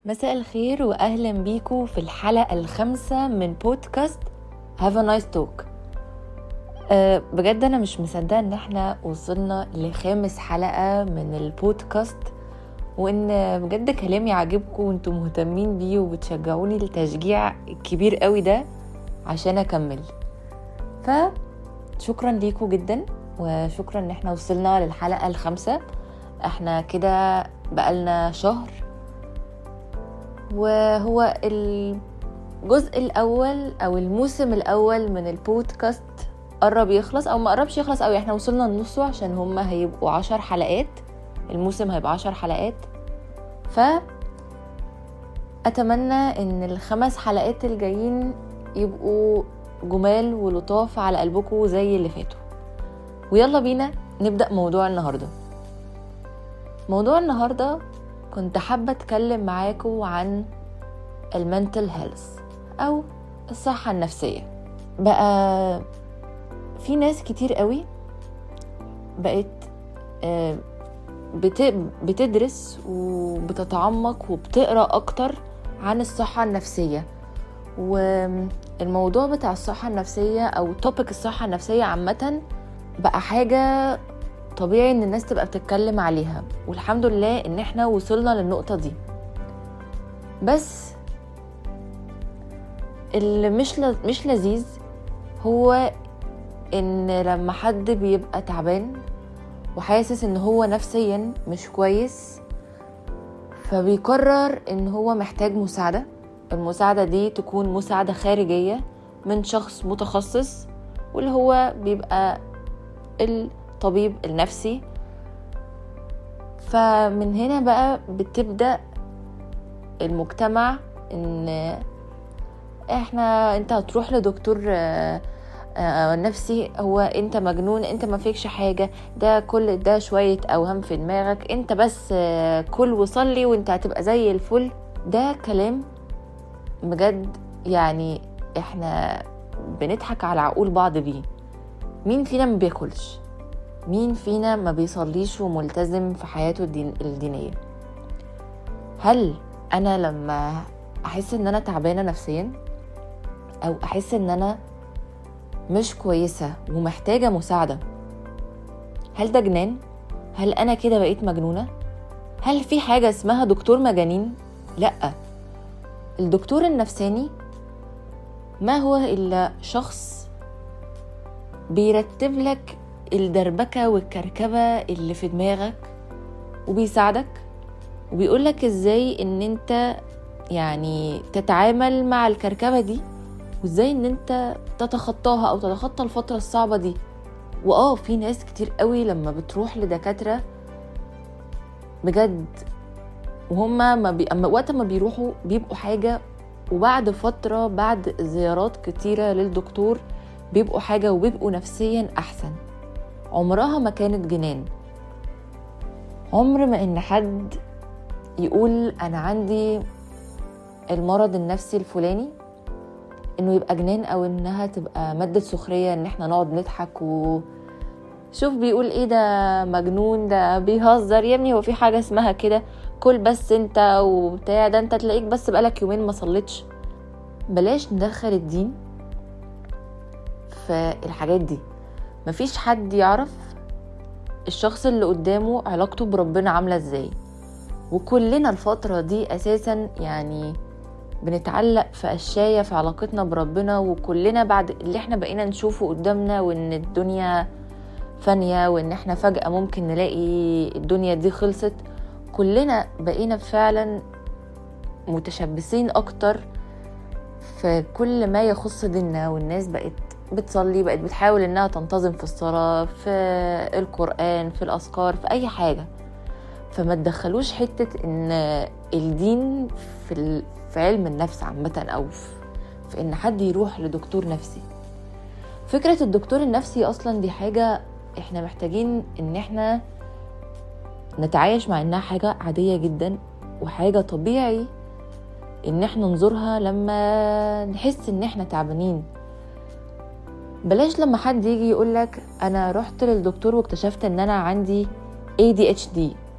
مساء الخير وأهلا بيكم في الحلقة 5 من بودكاست Have a nice talk. بجد أنا مش مصدقة إن احنا وصلنا ل5 حلقة من البودكاست، وإن بجد كلامي عاجبكم وانتم مهتمين بيه وبتشجعوني التشجيع الكبير قوي ده عشان أكمل. فشكرا ليكم جدا، وشكرا إن احنا وصلنا للحلقة 5. احنا كده بقالنا شهر، وهو الجزء الأول أو الموسم الأول من البودكاست قرب يخلص أو ما قربش يخلص أو احنا وصلنا لنصه، عشان هما هيبقوا 10 حلقات. الموسم هيبقى 10 حلقات، فأتمنى إن ال5 حلقات الجايين يبقوا جمال ولطاف على قلبكم زي اللي فاتوا. ويلا بينا نبدأ موضوع النهاردة. موضوع النهاردة كنت حابة أتكلم معاكم عن المنتل هيلث أو الصحة النفسية. بقى في ناس كتير قوي بقت بتدرس وبتتعمق وبتقرأ أكتر عن الصحة النفسية، والموضوع بتاع الصحة النفسية أو توبيك الصحة النفسية عامة بقى حاجة طبيعي ان الناس تبقى بتتكلم عليها، والحمد لله ان احنا وصلنا للنقطة دي. بس اللي مش لذيذ هو ان لما حد بيبقى تعبان وحاسس ان هو نفسيا مش كويس، فبيقرر ان هو محتاج مساعدة. المساعدة دي تكون مساعدة خارجية من شخص متخصص، واللي هو بيبقى الطبيب النفسي. فمن هنا بقى بتبدأ المجتمع ان انت هتروح لدكتور نفسي، هو انت مجنون، انت ما فيكش حاجة، ده كل ده شوية اوهام في دماغك، انت بس كل وصلي وانت هتبقى زي الفل. ده كلام بجد، يعني احنا بنضحك على عقول بعض بيه. مين فينا ما بياكلش؟ مين فينا ما بيصليش وملتزم في حياته الدينية؟ هل أنا لما أحس إن أنا تعبانة نفسيا أو أحس إن أنا مش كويسة ومحتاجة مساعدة، هل ده جنان؟ هل أنا كده بقيت مجنونة؟ هل في حاجة اسمها دكتور مجانين؟ لأ، الدكتور النفساني ما هو إلا شخص بيرتب لك الدربكة والكركبة اللي في دماغك، وبيساعدك وبيقولك ازاي ان انت يعني تتعامل مع الكركبة دي، وازاي ان انت تتخطاها او تتخطى الفترة الصعبة دي. في ناس كتير قوي لما بتروح لدكاترة بجد وهم وقت ما بيروحوا بيبقوا حاجة، وبعد فترة بعد زيارات كتيرة للدكتور بيبقوا حاجة وبيبقوا نفسيا أحسن. عمرها ما كانت جنان. عمر ما إن حد يقول أنا عندي المرض النفسي الفلاني إنه يبقى جنان، أو إنها تبقى مادة سخرية إن إحنا نقعد نضحك وشوف بيقول إيه ده مجنون، ده بيهزر يا ابني، هو في حاجة اسمها كده؟ كل بس انت وبتاع ده، انت تلاقيك بس بقالك يومين ما صليتش. بلاش ندخل الدين في الحاجات دي. مفيش حد يعرف الشخص اللي قدامه علاقته بربنا عاملة ازاي، وكلنا الفترة دي اساسا يعني بنتعلق في اشياء في علاقتنا بربنا، وكلنا بعد اللي احنا بقينا نشوفه قدامنا وان الدنيا فانية وان احنا فجأة ممكن نلاقي الدنيا دي خلصت، كلنا بقينا فعلا متشبثين اكتر في كل ما يخص ديننا. والناس بقت بتصلي، بقت بتحاول انها تنتظم في الصلاة، في القرآن، في الأذكار، في اي حاجة. فما تدخلوش حتة ان الدين في علم النفس عامة، او في ان حد يروح لدكتور نفسي. فكرة الدكتور النفسي اصلا دي حاجة احنا محتاجين ان احنا نتعايش مع انها حاجة عادية جدا وحاجة طبيعي ان احنا نزورها لما نحس ان احنا تعبانين. بلاش لما حد يجي يقولك انا رحت للدكتور واكتشفت ان انا عندي ADHD،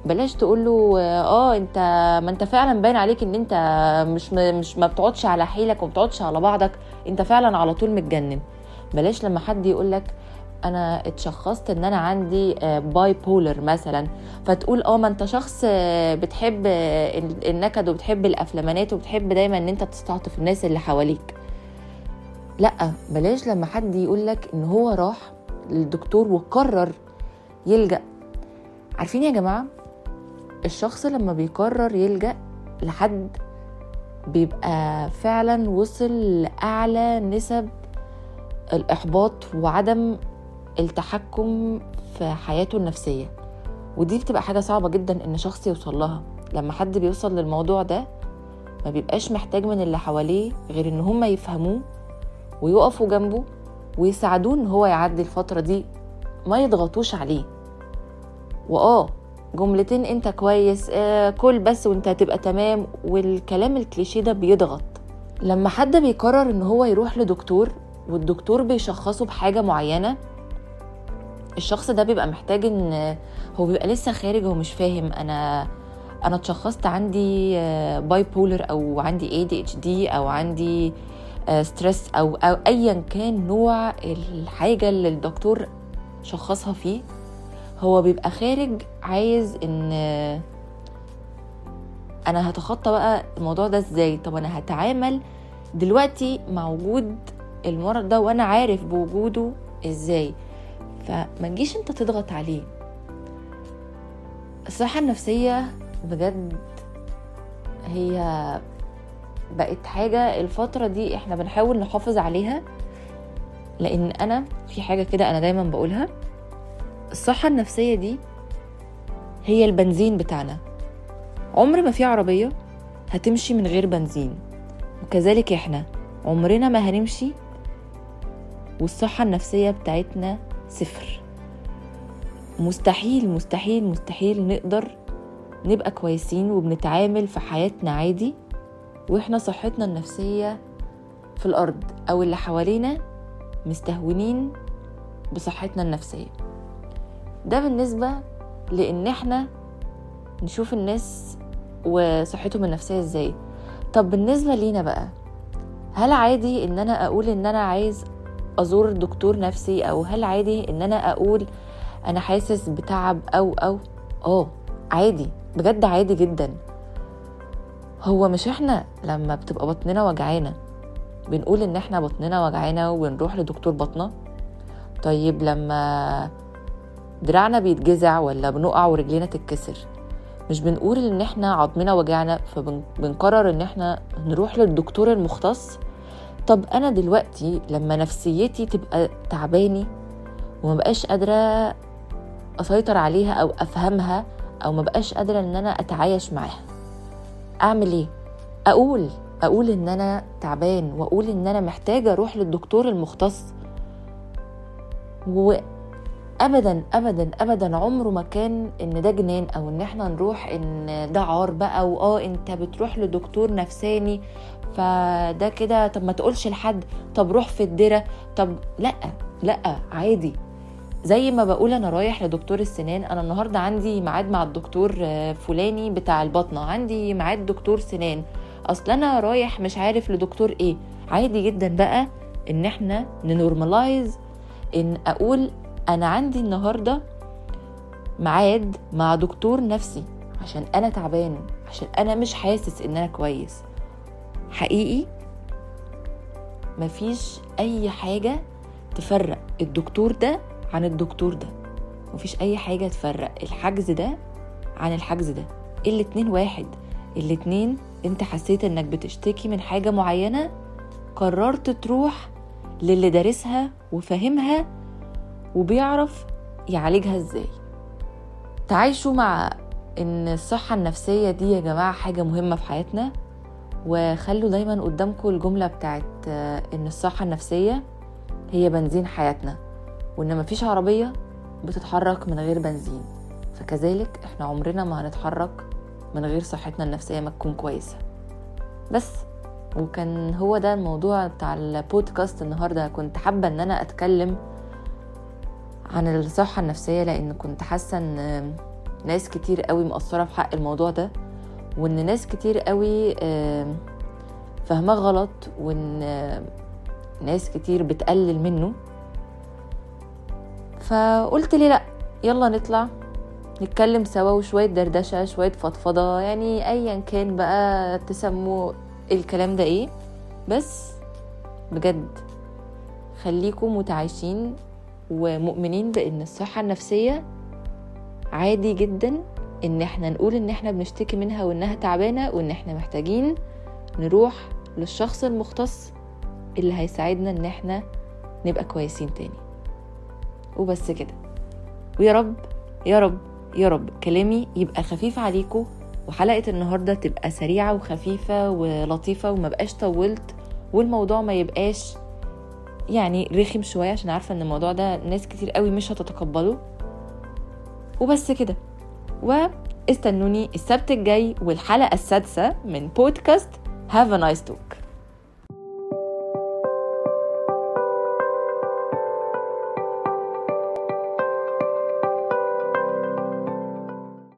بلاش تقوله انت ما انت فعلا باين عليك ان انت مش ما بتقعدش على حيلك وما بتقعدش على بعضك، انت فعلا على طول متجنن. بلاش لما حد يقولك انا اتشخصت ان انا عندي باي بولر مثلا، فتقول ما انت شخص بتحب النكد وبتحب الافلامانات وبتحب دايما ان انت تستعطف الناس اللي حواليك. لا، بلاش لما حد يقولك ان هو راح للدكتور وقرر يلجأ. عارفين يا جماعة، الشخص لما بيقرر يلجأ لحد بيبقى فعلا وصل لأعلى نسب الإحباط وعدم التحكم في حياته النفسية، ودي بتبقى حاجة صعبة جدا ان شخص يوصل لها. لما حد بيوصل للموضوع ده ما بيبقاش محتاج من اللي حواليه غير ان هم يفهموه ويقفوا جنبه ويساعدوه ان هو يعدي الفترة دي، ما يضغطوش عليه. جملتين انت كويس، كل بس وانت هتبقى تمام، والكلام الكليشيه ده بيضغط. لما حد بيقرر ان هو يروح لدكتور والدكتور بيشخصه بحاجة معينة، الشخص ده بيبقى محتاج ان هو بيبقى لسه خارج، هو مش فاهم انا اتشخصت عندي باي بولر او عندي ADHD او عندي ستريس او ايا كان نوع الحاجة اللي الدكتور شخصها فيه. هو بيبقى خارج عايز ان انا هتخطى بقى الموضوع ده ازاي، طب انا هتعامل دلوقتي مع وجود المرض ده وانا عارف بوجوده ازاي. فما تجيش انت تضغط عليه. الصحة النفسية بجد هي بقت حاجة الفترة دي احنا بنحاول نحافظ عليها، لان انا في حاجة كده انا دايما بقولها، الصحة النفسية دي هي البنزين بتاعنا. عمر ما في عربية هتمشي من غير بنزين، وكذلك احنا عمرنا ما هنمشي والصحة النفسية بتاعتنا صفر. مستحيل مستحيل مستحيل نقدر نبقى كويسين وبنتعامل في حياتنا عادي واحنا صحتنا النفسية في الأرض، أو اللي حوالينا مستهونين بصحتنا النفسية. ده بالنسبة لأن احنا نشوف الناس وصحتهم النفسية ازاي. طب بالنسبة لينا بقى، هل عادي ان انا اقول ان انا عايز ازور دكتور نفسي، او هل عادي ان انا اقول انا حاسس بتعب او عادي، بجد عادي جدا. هو مش احنا لما بتبقى بطننا وجعانة بنقول ان احنا بطننا وجعانة ونروح لدكتور بطنة؟ طيب لما دراعنا بيتجزع ولا بنقع ورجلينا تتكسر مش بنقول ان احنا عظمنا وجعنا فبنقرر ان احنا نروح للدكتور المختص؟ طب انا دلوقتي لما نفسيتي تبقى تعباني وما بقاش قادرة اسيطر عليها او افهمها او ما بقاش قادرة ان انا اتعايش معاها، اعمل ايه؟ اقول ان انا تعبان واقول ان انا محتاجة اروح للدكتور المختص. وابدا ابدا ابدا عمره ما كان ان ده جنان او ان احنا نروح ان ده عار بقى انت بتروح لدكتور نفساني فده كده. طب ما تقولش لحد، طب روح في الدرة. طب لا عادي. زي ما بقول انا رايح لدكتور السنان، انا النهاردة عندي ميعاد مع الدكتور فلاني بتاع البطنة، عندي ميعاد دكتور سنان، اصل انا رايح مش عارف لدكتور ايه. عادي جدا بقى ان احنا ننورمالايز ان اقول انا عندي النهاردة ميعاد مع دكتور نفسي عشان انا تعبان، عشان انا مش حاسس ان انا كويس. حقيقي مفيش اي حاجة تفرق الدكتور ده عن الدكتور ده، مفيش اي حاجة تفرق الحجز ده عن الحجز ده. الاتنين واحد، الاتنين انت حسيت انك بتشتكي من حاجة معينة، قررت تروح للي دارسها وفهمها وبيعرف يعالجها ازاي. تعايشوا مع ان الصحة النفسية دي يا جماعة حاجة مهمة في حياتنا، وخلوا دايما قدامكم الجملة بتاعت ان الصحة النفسية هي بنزين حياتنا، وان مفيش عربية بتتحرك من غير بنزين، فكذلك احنا عمرنا ما هنتحرك من غير صحتنا النفسية ما تكون كويسة. بس وكان هو ده الموضوع بتاع البودكاست النهاردة. كنت حابة ان انا اتكلم عن الصحة النفسية لان كنت حاسة ان ناس كتير قوي مقصرة في حق الموضوع ده، وان ناس كتير قوي فهمه غلط، وان ناس كتير بتقلل منه. فقلت لي لا، يلا نطلع نتكلم سوا، وشوية دردشة، شوية فضفضة، يعني ايا كان بقى تسموا الكلام ده ايه. بس بجد خليكم متعايشين ومؤمنين بان الصحة النفسية عادي جدا ان احنا نقول ان احنا بنشتكي منها وانها تعبانة، وان احنا محتاجين نروح للشخص المختص اللي هيساعدنا ان احنا نبقى كويسين تاني. وبس كده. ويا رب يا رب يا رب كلامي يبقى خفيف عليكم، وحلقة النهاردة تبقى سريعة وخفيفة ولطيفة، وما بقاش طولت، والموضوع ما يبقاش يعني رخم شوية، عشان عارفة ان الموضوع ده ناس كتير قوي مش هتتقبله. وبس كده. واستنوني السبت الجاي والحلقة السادسة من بودكاست Have a Nice Talk.